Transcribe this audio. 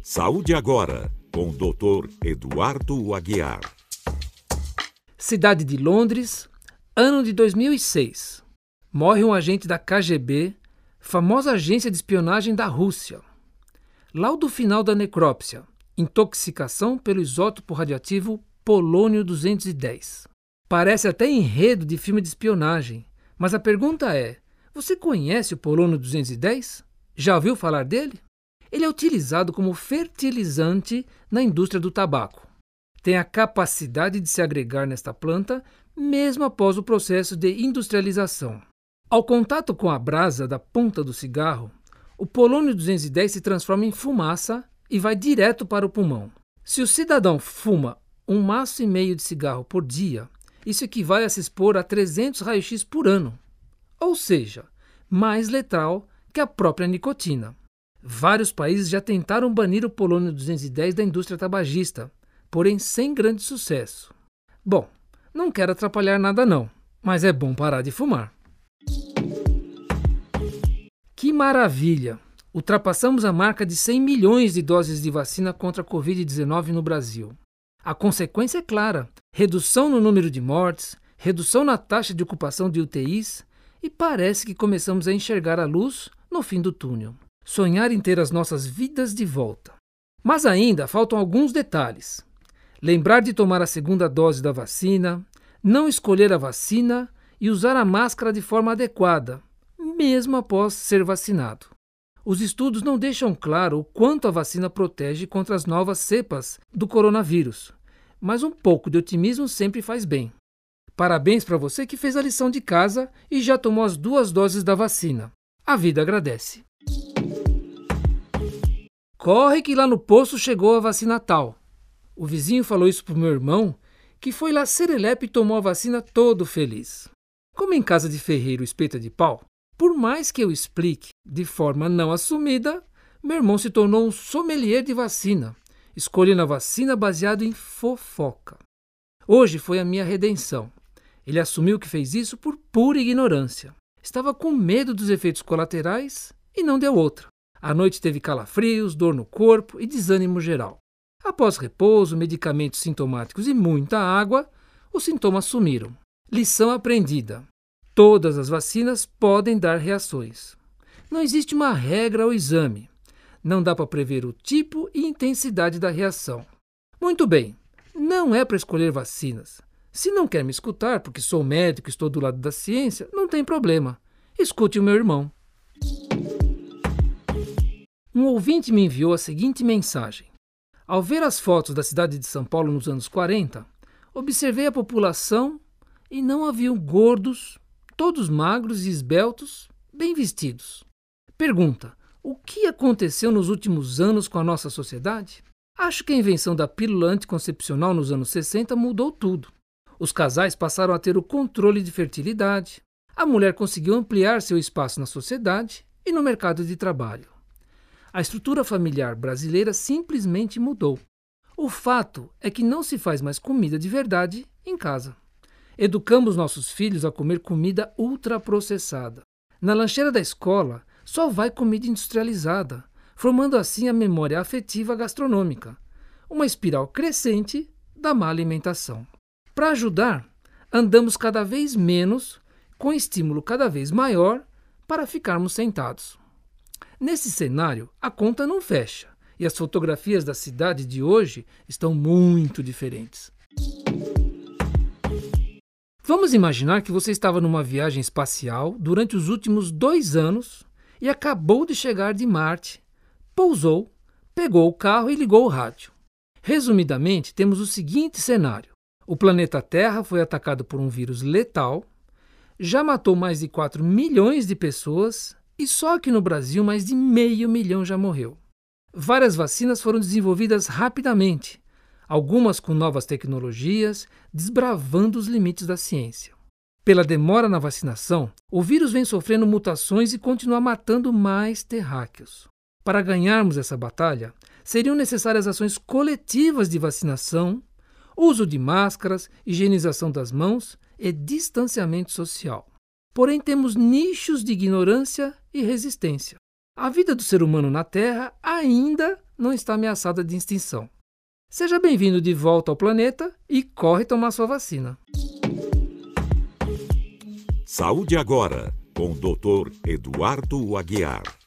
Saúde Agora, com o Dr. Eduardo Aguiar. Cidade de Londres, ano de 2006. Morre um agente da KGB, famosa agência de espionagem da Rússia. Laudo final da necrópsia: intoxicação pelo isótopo radioativo polônio-210. Parece até enredo de filme de espionagem, mas a pergunta é: você conhece o polônio-210? Já ouviu falar dele? Ele é utilizado como fertilizante na indústria do tabaco. Tem a capacidade de se agregar nesta planta mesmo após o processo de industrialização. Ao contato com a brasa da ponta do cigarro, o polônio-210 se transforma em fumaça e vai direto para o pulmão. Se o cidadão fuma 1,5 maço de cigarro por dia, isso equivale a se expor a 300 raios-x por ano, ou seja, mais letal que a própria nicotina. Vários países já tentaram banir o polônio-210 da indústria tabagista, porém sem grande sucesso. Bom, não quero atrapalhar nada não, mas é bom parar de fumar. Que maravilha! Ultrapassamos a marca de 100 milhões de doses de vacina contra a Covid-19 no Brasil. A consequência é clara: redução no número de mortes, redução na taxa de ocupação de UTIs e parece que começamos a enxergar a luz no fim do túnel. Sonhar em ter as nossas vidas de volta. Mas ainda faltam alguns detalhes. Lembrar de tomar a segunda dose da vacina, não escolher a vacina e usar a máscara de forma adequada, mesmo após ser vacinado. Os estudos não deixam claro o quanto a vacina protege contra as novas cepas do coronavírus, mas um pouco de otimismo sempre faz bem. Parabéns para você que fez a lição de casa e já tomou as 2 doses da vacina. A vida agradece. Corre que lá no posto chegou a vacina tal. O vizinho falou isso pro meu irmão, que foi lá serelepe e tomou a vacina todo feliz. Como em casa de ferreiro espeta de pau, por mais que eu explique de forma não assumida, meu irmão se tornou um sommelier de vacina, escolhendo a vacina baseado em fofoca. Hoje foi a minha redenção. Ele assumiu que fez isso por pura ignorância. Estava com medo dos efeitos colaterais e não deu outra. À noite teve calafrios, dor no corpo e desânimo geral. Após repouso, medicamentos sintomáticos e muita água, os sintomas sumiram. Lição aprendida: todas as vacinas podem dar reações. Não existe uma regra ou exame. Não dá para prever o tipo e intensidade da reação. Muito bem, não é para escolher vacinas. Se não quer me escutar porque sou médico e estou do lado da ciência, não tem problema. Escute o meu irmão. Um ouvinte me enviou a seguinte mensagem: ao ver as fotos da cidade de São Paulo nos anos 40, observei a população e não haviam gordos, todos magros e esbeltos, bem vestidos. Pergunta: o que aconteceu nos últimos anos com a nossa sociedade? Acho que a invenção da pílula anticoncepcional nos anos 60 mudou tudo. Os casais passaram a ter o controle de fertilidade, a mulher conseguiu ampliar seu espaço na sociedade e no mercado de trabalho. A estrutura familiar brasileira simplesmente mudou. O fato é que não se faz mais comida de verdade em casa. Educamos nossos filhos a comer comida ultraprocessada. Na lancheira da escola só vai comida industrializada, formando assim a memória afetiva gastronômica, uma espiral crescente da má alimentação. Para ajudar, andamos cada vez menos, com estímulo cada vez maior para ficarmos sentados. Nesse cenário, a conta não fecha e as fotografias da cidade de hoje estão muito diferentes. Vamos imaginar que você estava numa viagem espacial durante os últimos 2 anos e acabou de chegar de Marte, pousou, pegou o carro e ligou o rádio. Resumidamente, temos o seguinte cenário: o planeta Terra foi atacado por um vírus letal, já matou mais de 4 milhões de pessoas e só aqui no Brasil mais de 500 mil já morreu. Várias vacinas foram desenvolvidas rapidamente, algumas com novas tecnologias, desbravando os limites da ciência. Pela demora na vacinação, o vírus vem sofrendo mutações e continua matando mais terráqueos. Para ganharmos essa batalha, seriam necessárias ações coletivas de vacinação, uso de máscaras, higienização das mãos e distanciamento social. Porém, temos nichos de ignorância e resistência. A vida do ser humano na Terra ainda não está ameaçada de extinção. Seja bem-vindo de volta ao planeta e corre tomar sua vacina. Saúde Agora, com o Dr. Eduardo Aguiar.